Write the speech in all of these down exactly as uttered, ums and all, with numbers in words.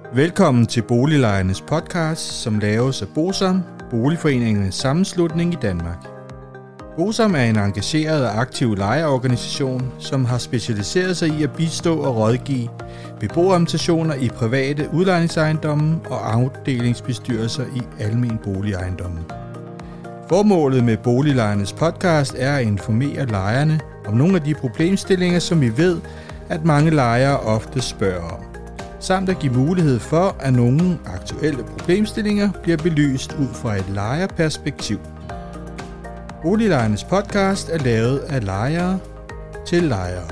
Velkommen til Boliglejernes podcast, som laves af BOSAM, Boligforeningernes Sammenslutning i Danmark. BOSAM er en engageret og aktiv lejerorganisation, som har specialiseret sig i at bistå og rådgive beboerorganisationer i private udlejningsejendomme og afdelingsbestyrelser i almen boligejendomme. Formålet med Boliglejernes podcast er at informere lejerne om nogle af de problemstillinger, som vi ved, at mange lejere ofte spørger om, samt at give mulighed for, at nogle aktuelle problemstillinger bliver belyst ud fra et lejerperspektiv. Boliglejernes podcast er lavet af lejere til lejere.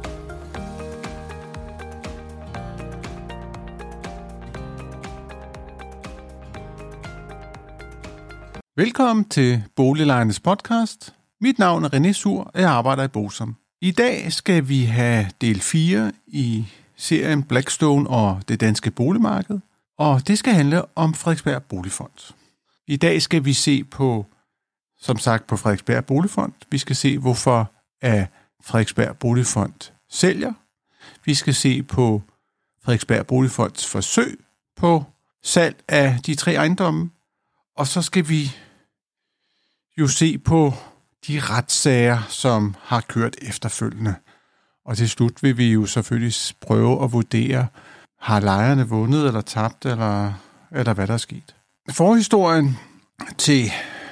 Velkommen til Boliglejernes podcast. Mit navn er René Sur, og jeg arbejder i BOSAM. I dag skal vi have del fire i serien Blackstone og det danske boligmarked, og det skal handle om Frederiksberg Boligfond. I dag skal vi se på, som sagt, på Frederiksberg Boligfond. Vi skal se, hvorfor at Frederiksberg Boligfond sælger. Vi skal se på Frederiksberg Boligfonds forsøg på salg af de tre ejendomme, og så skal vi jo se på de retssager, som har kørt efterfølgende. Og til slut vil vi jo selvfølgelig prøve at vurdere, har lejerne vundet eller tabt, eller, eller hvad der er sket. Forhistorien til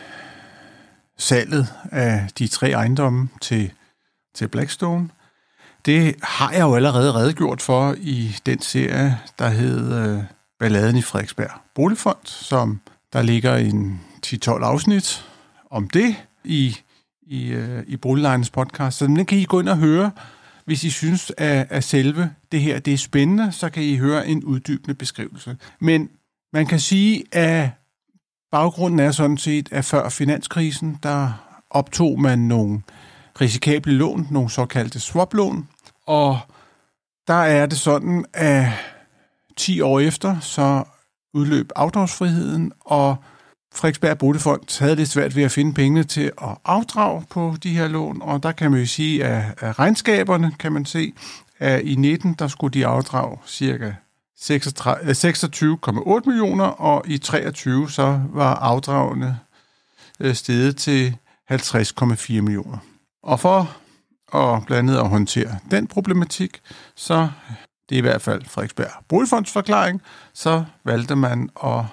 salget af de tre ejendomme til, til Blackstone, det har jeg jo allerede redegjort for i den serie, der hed øh, Balladen i Frederiksberg Boligfond, som der ligger en ti tolv afsnit om det i, i, øh, i Boliglejernes podcast. Så den kan I gå ind og høre. Hvis I synes, at, at selve det her det er spændende, så kan I høre en uddybende beskrivelse. Men man kan sige, at baggrunden er sådan set, at før finanskrisen, der optog man nogle risikable lån, nogle såkaldte swap-lån. Og der er det sådan, at ti år efter, så udløb afdragsfriheden, og Frederiksberg Boligfond havde lidt svært ved at finde pengene til at afdrage på de her lån, og der kan man jo sige, at, at regnskaberne kan man se, at i nitten der skulle de afdrage cirka seksogtyve komma otte millioner, og i treogtyve så var afdragene steget til halvtreds komma fire millioner. Og for at blandt andet at håndtere den problematik, så det er i hvert fald Frederiksberg Boligfonds forklaring, så valgte man at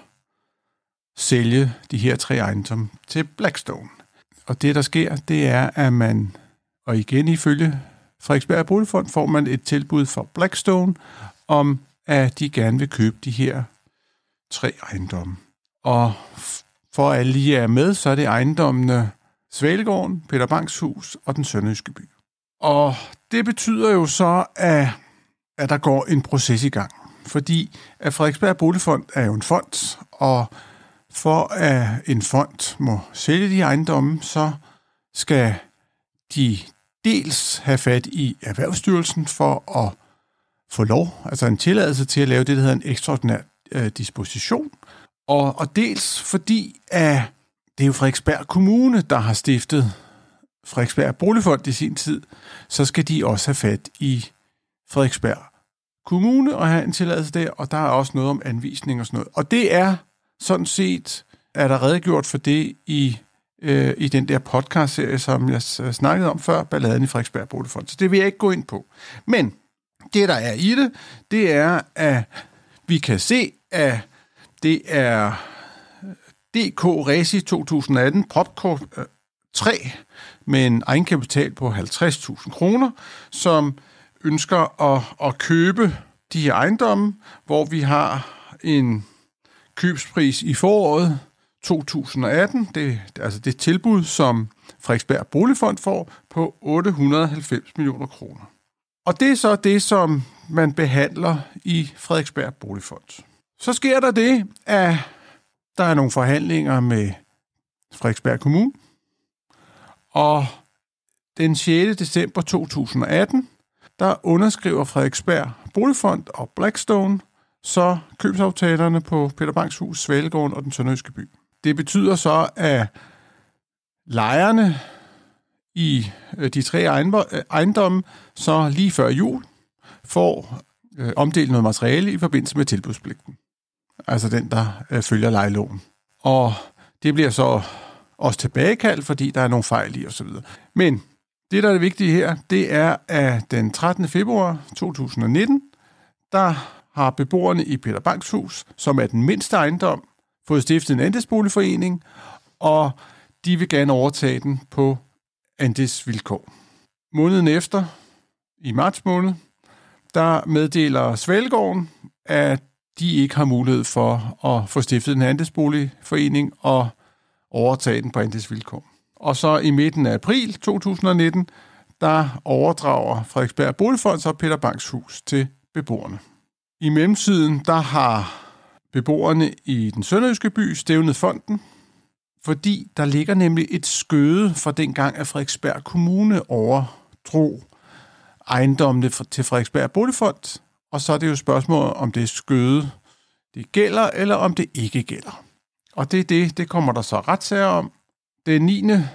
sælge de her tre ejendomme til Blackstone. Og det, der sker, det er, at man, og igen ifølge Frederiksberg Boligfond, får man et tilbud fra Blackstone om, at de gerne vil købe de her tre ejendomme. Og for at alle lige er med, så er det ejendommene Svalegården, Peter Bangs Hus og den Sønderjyske By. Og det betyder jo så, at, at der går en proces i gang. Fordi at Frederiksberg Boligfond er jo en fond, og for at en fond må sælge de ejendomme, så skal de dels have fat i Erhvervsstyrelsen for at få lov, altså en tilladelse til at lave det, der hedder en ekstraordinær øh, disposition. Og, og dels fordi, at det er jo Frederiksberg Kommune, der har stiftet Frederiksberg Boligfond i sin tid, så skal de også have fat i Frederiksberg Kommune og have en tilladelse der, og der er også noget om anvisning og sådan noget. Og det er sådan set, er der redegjort for det i, øh, i den der podcast-serie, som jeg snakkede om før, Balladen i Frederiksberg Boligfond. Så det vil jeg ikke gå ind på. Men det, der er i det, det er, at vi kan se, at det er D K Resi to tusind atten Propcorp tre med en egenkapital på halvtreds tusind kroner, som ønsker at, at købe de her ejendomme, hvor vi har en købspris i foråret to tusind atten, det er altså det tilbud, som Frederiksberg Boligfond får på otte hundrede og halvfems millioner kroner. Og det er så det, som man behandler i Frederiksberg Boligfond. Så sker der det, at der er nogle forhandlinger med Frederiksberg Kommune, og den sjette december to tusind atten, der underskriver Frederiksberg Boligfond og Blackstone så købsaftalerne på Peter Bangs Hus, Svalegården og den Sønderjyske By. Det betyder så, at lejerne i de tre ejendomme så lige før jul får øh, omdelt noget materiale i forbindelse med tilbudspligten. Altså den, der øh, følger lejeloven. Og det bliver så også tilbagekaldt, fordi der er nogle fejl i osv. Men det, der er det vigtige her, det er, at den trettende februar to tusind nitten, der har beboerne i Peter Bangs Hus, som er den mindste ejendom, fået stiftet en andelsboligforening, og de vil gerne overtage den på andelsvilkår. Måneden efter, i marts måned, der meddeler Svalegården, at de ikke har mulighed for at få stiftet en andelsboligforening og overtage den på andelsvilkår. Og så i midten af april to tusind nitten, der overdrager Frederiksberg Boligfond og Peter Bangs Hus til beboerne. I mellemtiden, der har beboerne i den sønderjyske by stævnet fonden, fordi der ligger nemlig et skøde fra dengang, at Frederiksberg Kommune overdrog ejendommene til Frederiksberg Boligfond, og så er det jo spørgsmålet, om det skøde det gælder, eller om det ikke gælder. Og det er det, det kommer der så retssager om. Den niende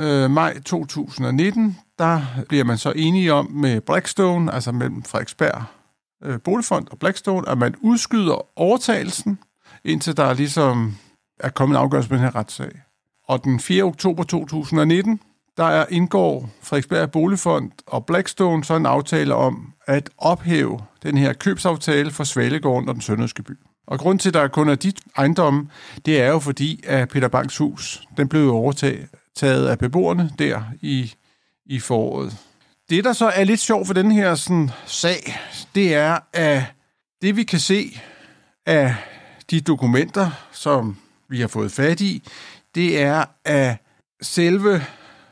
maj to tusind nitten, der bliver man så enige om med Blackstone, altså mellem Frederiksberg Boligfond og Blackstone, at man udskyder overtagelsen, indtil der ligesom er kommet en afgørelse på den her retssag. Og den fjerde oktober to tusind nitten, der er indgår Frederiksberg Boligfond og Blackstone så en aftale om at ophæve den her købsaftale for Svalegården og den sønderjyske by. Og grund til, at der kun er de ejendomme, det er jo fordi, at Peter Bangs Hus, den blev overtaget af beboerne der i, i foråret. Det, der så er lidt sjovt for den her sådan, sag, det er, at det vi kan se af de dokumenter, som vi har fået fat i, det er, at selve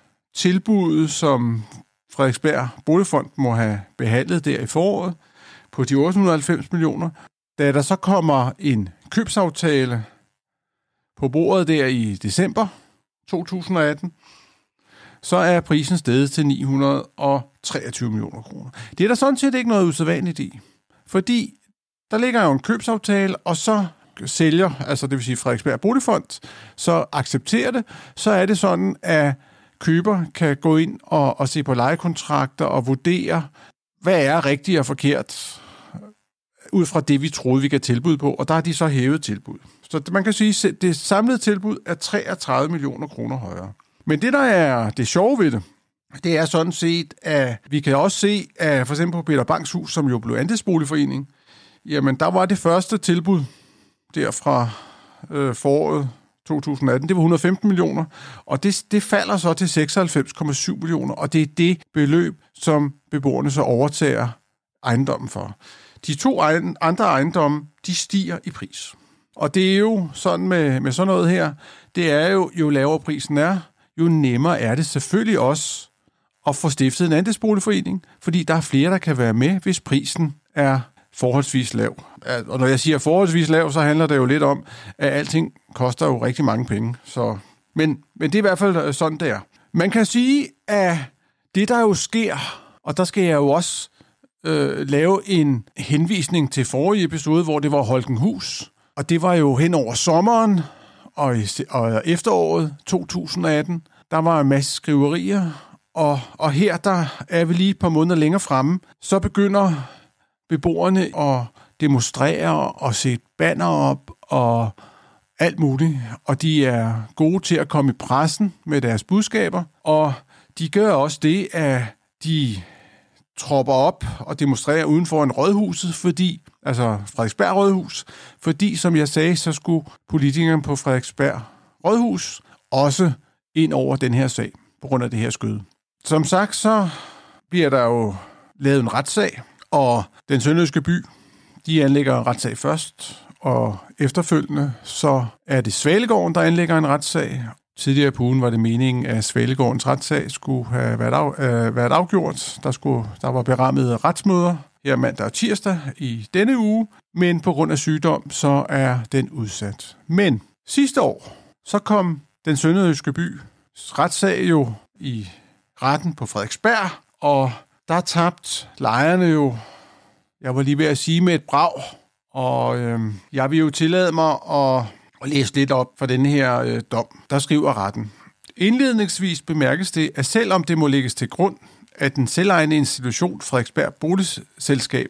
tilbuddet, som Frederiksberg Boligfond må have behandlet der i foråret, på de otte hundrede og halvfems millioner, da der så kommer en købsaftale på bordet der i december to tusind atten, så er prisen steget til ni hundrede og treogtyve millioner kroner. Det er der sådan set ikke noget usædvanligt i, fordi der ligger jo en købsaftale, og så sælger, altså det vil sige Frederiksberg Boligfond, så accepterer det, så er det sådan, at køber kan gå ind og, og se på lejekontrakter og vurdere, hvad er rigtigt og forkert, ud fra det, vi troede, vi kan tilbyde på, og der har de så hævet tilbud. Så man kan sige, at det samlede tilbud er treogtredive millioner kroner højere. Men det, der er det sjove ved det, det er sådan set, at vi kan også se, at for eksempel på Peter Bangs Hus, som jo blev andelsboligforening, jamen der var det første tilbud der fra øh, foråret to tusind atten, det var et hundrede og femten millioner, og det, det falder så til seksoghalvfems komma syv millioner, og det er det beløb, som beboerne så overtager ejendommen for. De to andre ejendomme, de stiger i pris. Og det er jo sådan med, med sådan noget her, det er jo, jo lavere prisen er, jo nemmere er det selvfølgelig også at få stiftet en andelsboligforening, fordi der er flere, der kan være med, hvis prisen er forholdsvis lav. Og når jeg siger forholdsvis lav, så handler det jo lidt om, at alting koster jo rigtig mange penge. Så, men, men det er i hvert fald sådan, det er. Man kan sige, at det, der jo sker, og der skal jeg jo også øh, lave en henvisning til forrige episode, hvor det var Holkenhus, og det var jo hen over sommeren og, i, og efteråret to tusind atten. Der var en masse skriverier, og, og her der er vi lige et par måneder længere fremme, så begynder beboerne at demonstrere og sætte banner op og alt muligt. Og de er gode til at komme i pressen med deres budskaber. Og de gør også det, at de tropper op og demonstrerer uden for en rådhuset, fordi, altså Frederiksberg Rådhus, fordi, som jeg sagde, så skulle politikerne på Frederiksberg Rådhus også ind over den her sag, på grund af det her skøde. Som sagt, så bliver der jo lavet en retssag, og den sønderjyske by, de anlægger en retssag først, og efterfølgende så er det Svalegården, der anlægger en retssag. Tidligere på ugen var det meningen, at Svalegårdens retssag skulle have været, af, øh, været afgjort. Der, skulle, der var berammet retsmøder her mandag og tirsdag i denne uge, men på grund af sygdom, så er den udsat. Men sidste år, så kom den sønderjyske bys retssag jo i retten på Frederiksberg, og der tabt lejerne jo, jeg var lige ved at sige med et brag, og øh, jeg vil jo tillade mig at, at læse lidt op for den her øh, dom, der skriver retten. Indledningsvis bemærkes det, at selvom det må lægges til grund, at den selvejende institution Frederiksberg Boligselskab, det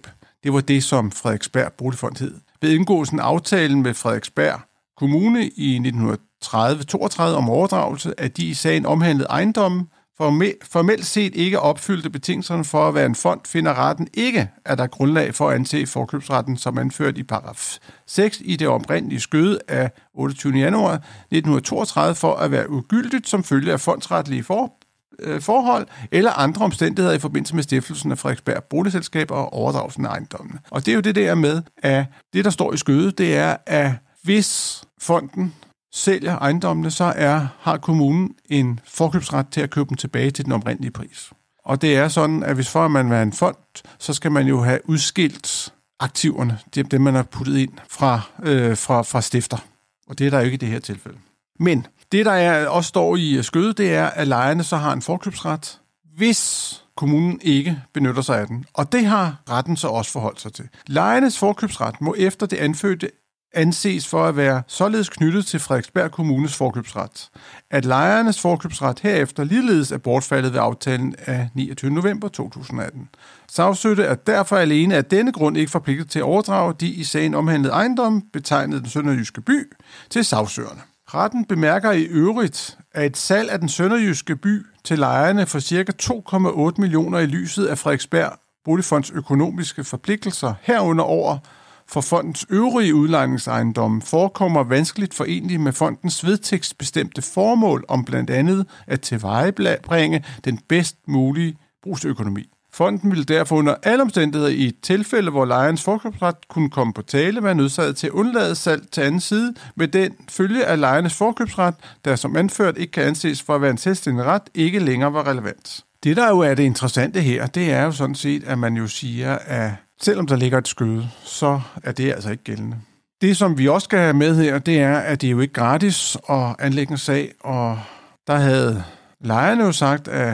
Det var det, som Frederiksberg Boligfond hed. Ved indgåelsen af aftalen med Frederiksberg Kommune i nitten tredive toogtredive om overdragelse af de i sagen omhandlede ejendomme, formelt set ikke opfyldte betingelserne for at være en fond, finder retten ikke, at der er grundlag for at anse forkøbsretten som anført i paragraf seks i det oprindelige skøde af otteogtyvende januar nitten toogtredive for at være ugyldigt som følge af fondsretlige for, øh, forhold eller andre omstændigheder i forbindelse med stiftelsen af Frederiksberg Boligselskab og overdragelsen af ejendommene. Og det er jo det der med, at det, der står i skødet, det er, at hvis fonden sælger ejendommene, så er, har kommunen en forkøbsret til at købe dem tilbage til den oprindelige pris. Og det er sådan, at hvis for at man er en fond, så skal man jo have udskilt aktiverne, det dem man har puttet ind fra, øh, fra, fra stifter. Og det er der jo ikke i det her tilfælde. Men det, der er, også står i skødet, det er, at lejerne så har en forkøbsret, hvis kommunen ikke benytter sig af den. Og det har retten så også forholdt sig til. Lejernes forkøbsret må efter det anfødte anses for at være således knyttet til Frederiksberg Kommunes forkøbsret, at lejernes forkøbsret herefter ligeledes er bortfaldet ved aftalen af niogtyvende november to tusind atten. Sagsøgte er derfor alene af denne grund ikke forpligtet til at overdrage de i sagen omhandlede ejendomme, betegnet den sønderjyske by, til sagsøgerne. Retten bemærker i øvrigt, at et salg af den sønderjyske by til lejerne for ca. to komma otte millioner i lyset af Frederiksberg Boligfonds økonomiske forpligtelser herunder over for fondens øvrige udlejningsejendomme forekommer vanskeligt forenligt med fondens vedtægtsbestemte formål om blandt andet at tilvejebringe den bedst mulige brugsøkonomi. Fonden ville derfor under alle omstændigheder i et tilfælde, hvor lejerens forkøbsret kunne komme på tale, være nødsaget til at undlade salg til anden side med den følge af lejernes forkøbsret, der som anført ikke kan anses for at være en selvstændig ret, ikke længere var relevant. Det, der jo er det interessante her, det er jo sådan set, at man jo siger, at selvom der ligger et skøde, så er det altså ikke gældende. Det, som vi også skal have med her, det er, at det er jo ikke gratis at anlægge en sag, og der havde lejerne jo sagt, at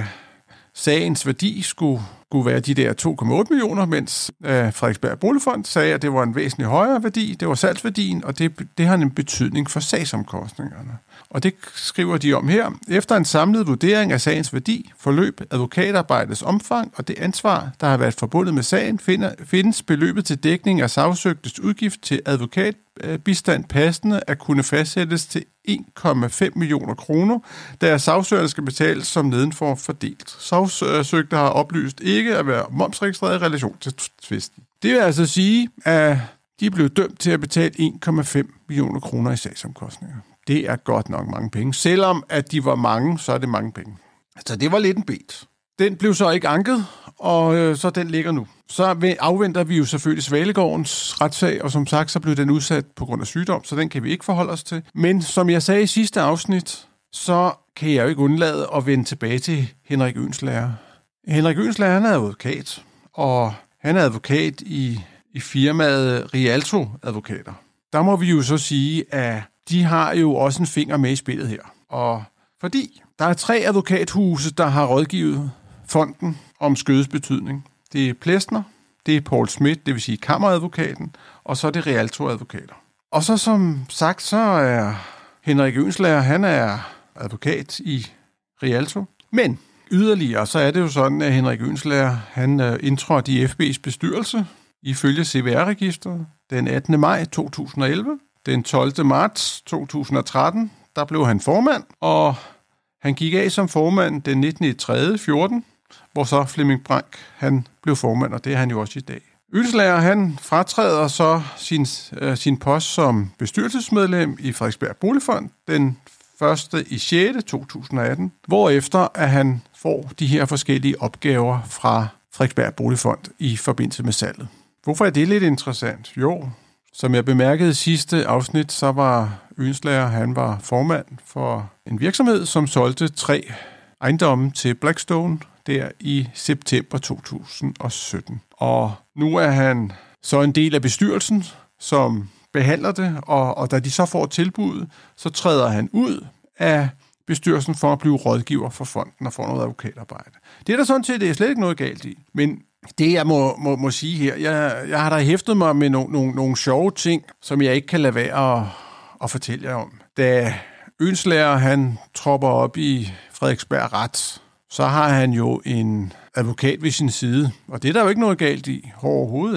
sagens værdi skulle, skulle være de der to komma otte millioner, mens øh, Frederiksberg Boligfond sagde, at det var en væsentlig højere værdi, det var salgsværdien, og det, det har en betydning for sagsomkostningerne. Og det skriver de om her. Efter en samlet vurdering af sagens værdi, forløb, advokatarbejdets omfang og det ansvar, der har været forbundet med sagen, finder, findes beløbet til dækning af sagsøgtes udgift til advokatbistand passende at kunne fastsættes til en komma fem millioner kroner, da sagsøgerne skal betales som nedenfor fordelt. Sagsøgte har oplyst ikke at være momsregistreret i relation til tvisten. Det vil altså sige, at de blev dømt til at betale en komma fem millioner kroner i sagsomkostninger. Det er godt nok mange penge. Selvom at de var mange, så er det mange penge. Så det var lidt en bet. Den blev så ikke anket, og øh, så den ligger nu. Så afventer vi jo selvfølgelig Svalegårdens retssag, og som sagt, så blev den udsat på grund af sygdom, så den kan vi ikke forholde os til. Men som jeg sagde i sidste afsnit, så kan jeg jo ikke undlade at vende tilbage til Henrik Øenslager. Henrik Øenslager, han er advokat, og han er advokat i, i firmaet Rialto Advokater. Der må vi jo så sige, at de har jo også en finger med i spillet her. Og fordi der er tre advokathuse, der har rådgivet fonden om skødes betydning. Det er Plesner, det er Paul Schmidt, det vil sige kammeradvokaten, og så er det Rialto Advokater. Og så som sagt, så er Henrik Øenslager, han er advokat i Rialto. Men yderligere, så er det jo sådan, at Henrik Øenslager, han indtrådte i F B's bestyrelse ifølge C V R-registret den attende maj to tusind og elleve. Den tolvte marts to tusind og tretten, der blev han formand, og han gik af som formand den nittende marts fjorten, hvor så Flemming Brank, han blev formand, og det er han jo også i dag. Øenslager, han fratræder så sin, øh, sin post som bestyrelsesmedlem i Frederiksberg Boligfond den første i sjette to tusind og atten, hvorefter at han får de her forskellige opgaver fra Frederiksberg Boligfond i forbindelse med salget. Hvorfor er det lidt interessant? Jo, som jeg bemærkede i sidste afsnit, så var Øenslager, han var formand for en virksomhed, som solgte tre ejendomme til Blackstone der i september to tusind og sytten. Og nu er han så en del af bestyrelsen, som behandler det, og, og da de så får tilbud, så træder han ud af bestyrelsen for at blive rådgiver for fonden og få noget advokatarbejde. Det er der sådan set, det er slet ikke noget galt i, men det, jeg må, må, må sige her, jeg, jeg har da hæftet mig med no, no, nogle sjove ting, som jeg ikke kan lade være at, at fortælle jer om. Da Øenslager, han tropper op i Frederiksberg Ret, så har han jo en advokat ved sin side, og det er der jo ikke noget galt i, overhovedet ikke.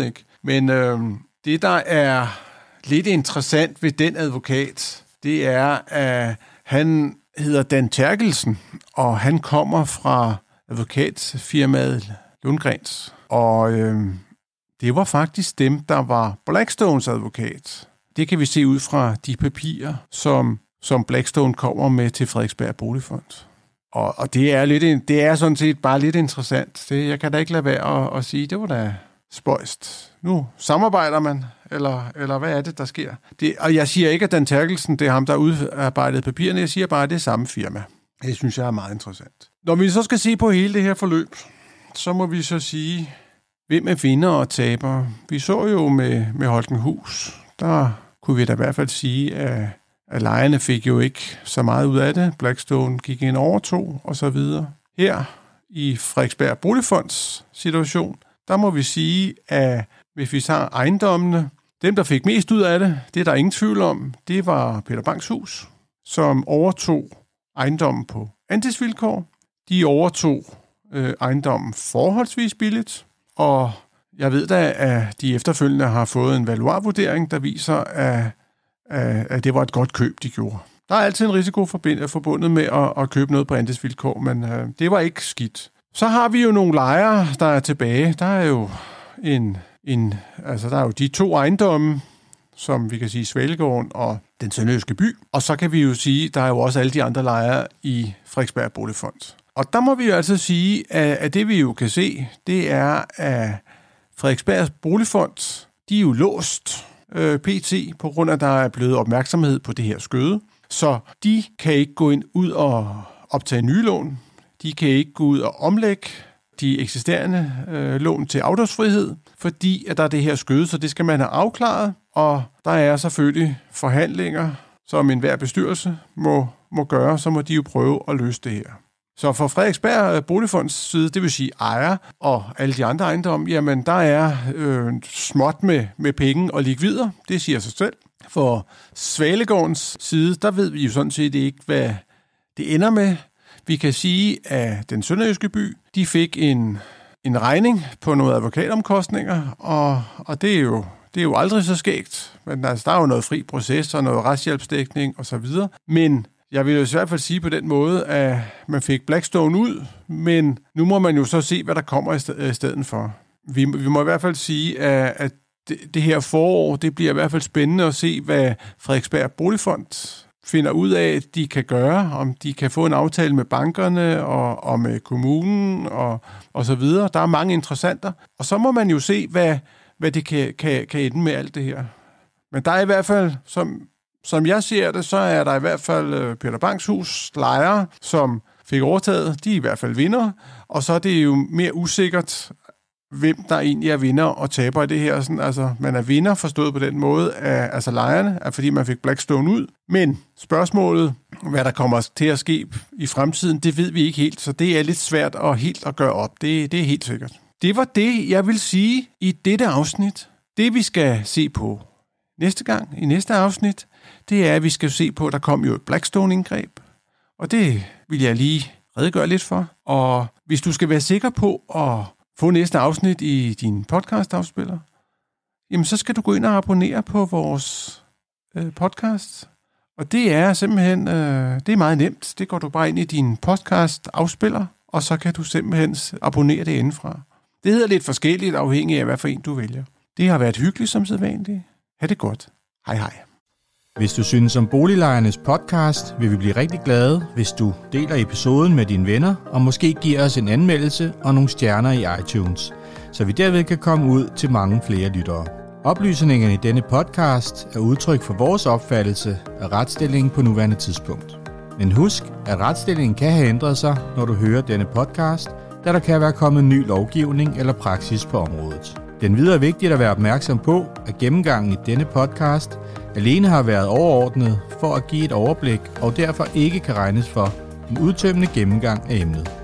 Men øh, det, der er lidt interessant ved den advokat, det er, at han hedder Dan Terkelsen, og han kommer fra advokatfirmaet Lundgrens. Og øh, det var faktisk dem, der var Blackstones advokat. Det kan vi se ud fra de papirer, som, som Blackstone kommer med til Frederiksberg Boligfond. Og, og det, er lidt, det er sådan set bare lidt interessant. Det, jeg kan da ikke lade være at, at sige, det var da spøjst. Nu samarbejder man, eller, eller hvad er det, der sker? Det, og jeg siger ikke, at Dan Terkelsen, det er ham, der har udarbejdet papirerne. Jeg siger bare, at det er samme firma. Det synes jeg er meget interessant. Når vi så skal se på hele det her forløb, så må vi så sige, hvem er vinder og taber. Vi så jo med, med Holtenhus, der kunne vi da i hvert fald sige, at, at lejerne fik jo ikke så meget ud af det. Blackstone gik ind overtog og så videre. Her i Frederiksberg Boligfonds situation, der må vi sige, at hvis vi tager ejendommene, dem, der fik mest ud af det, det er der ingen tvivl om, det var Peter Bangs Hus, som overtog ejendommen på andelsvilkår. De overtog øh, ejendommen forholdsvis billigt, og jeg ved da, at de efterfølgende har fået en valuarvurdering, der viser, at, at, at det var et godt køb, de gjorde. Der er altid en risiko forbundet med at, at købe noget på andelsvilkår, men øh, det var ikke skidt. Så har vi jo nogle lejere, der er tilbage. Der er jo en, en, altså der er jo de to ejendomme, som vi kan sige Svalegården og den Sønderjyske By. Og så kan vi jo sige, der er jo også alle de andre lejere i Frederiksberg Boligfond. Og der må vi jo altså sige, at, at det vi jo kan se, det er, at Frederiksbergs Boligfond, de er jo låst øh, pt. På grund af, at der er blevet opmærksomhed på det her skøde. Så de kan ikke gå ind ud og optage nye lån. De kan ikke gå ud og omlægge de eksisterende øh, lån til afdragsfrihed, fordi at der er det her skøde, så det skal man have afklaret. Og der er selvfølgelig forhandlinger, som enhver bestyrelse må, må gøre, så må de jo prøve at løse det her. Så for Frederiksberg Boligfonds side, det vil sige ejer og alle de andre ejendomme, jamen der er øh, småt med, med penge og likvider, det siger sig selv. For Svalegårdens side, der ved vi jo sådan set ikke, hvad det ender med. Vi kan sige, at den Sønderjyske By, de fik en, en regning på nogle advokatomkostninger, og, og det, er jo, det er jo aldrig så skægt. Men altså, der er jo noget fri proces og noget retshjælpsdækning osv. Men jeg vil jo i hvert fald sige på den måde, at man fik Blackstone ud, men nu må man jo så se, hvad der kommer i stedet for. Vi, vi må i hvert fald sige, at, at det, det her forår, det bliver i hvert fald spændende at se, hvad Frederiksberg Boligfond finder ud af, at de kan gøre, om de kan få en aftale med bankerne og, og med kommunen og, og så videre. Der er mange interessanter. Og så må man jo se, hvad, hvad det kan, kan, kan ende med alt det her. Men der er i hvert fald, som, som jeg ser det, så er der i hvert fald Peter Bangs Hus lejere, som fik overtaget. De er i hvert fald vinder. Og så er det jo mere usikkert, hvem der egentlig er vinder og taber i det her. Sådan, altså, man er vinder forstået på den måde, at, altså lejerne, er fordi man fik Blackstone ud. Men spørgsmålet, hvad der kommer til at ske i fremtiden, det ved vi ikke helt, så det er lidt svært at helt at gøre op. Det, det er helt sikkert. Det var det, jeg vil sige i dette afsnit. Det, vi skal se på næste gang, i næste afsnit, det er, at vi skal se på, at der kom jo et Blackstone-indgreb. Og det vil jeg lige redegøre lidt for. Og hvis du skal være sikker på at få næste afsnit i din podcast-afspiller, jamen så skal du gå ind og abonnere på vores øh, podcast. Og det er simpelthen, øh, det er meget nemt. Det går du bare ind i din podcast-afspiller, og så kan du simpelthen abonnere det indefra. Det hedder lidt forskelligt, afhængig af, hvad for en du vælger. Det har været hyggeligt som sædvanligt. Ha' det godt. Hej hej. Hvis du synes om Boliglejernes podcast, vil vi blive rigtig glade, hvis du deler episoden med dine venner, og måske giver os en anmeldelse og nogle stjerner i iTunes, så vi derved kan komme ud til mange flere lyttere. Oplysningerne i denne podcast er udtryk for vores opfattelse af retsstillingen på nuværende tidspunkt. Men husk, at retsstillingen kan have ændret sig, når du hører denne podcast, da der kan være kommet ny lovgivning eller praksis på området. Den videre er vigtigt at være opmærksom på, at gennemgangen i denne podcast alene har været overordnet for at give et overblik og derfor ikke kan regnes for en udtømmende gennemgang af emnet.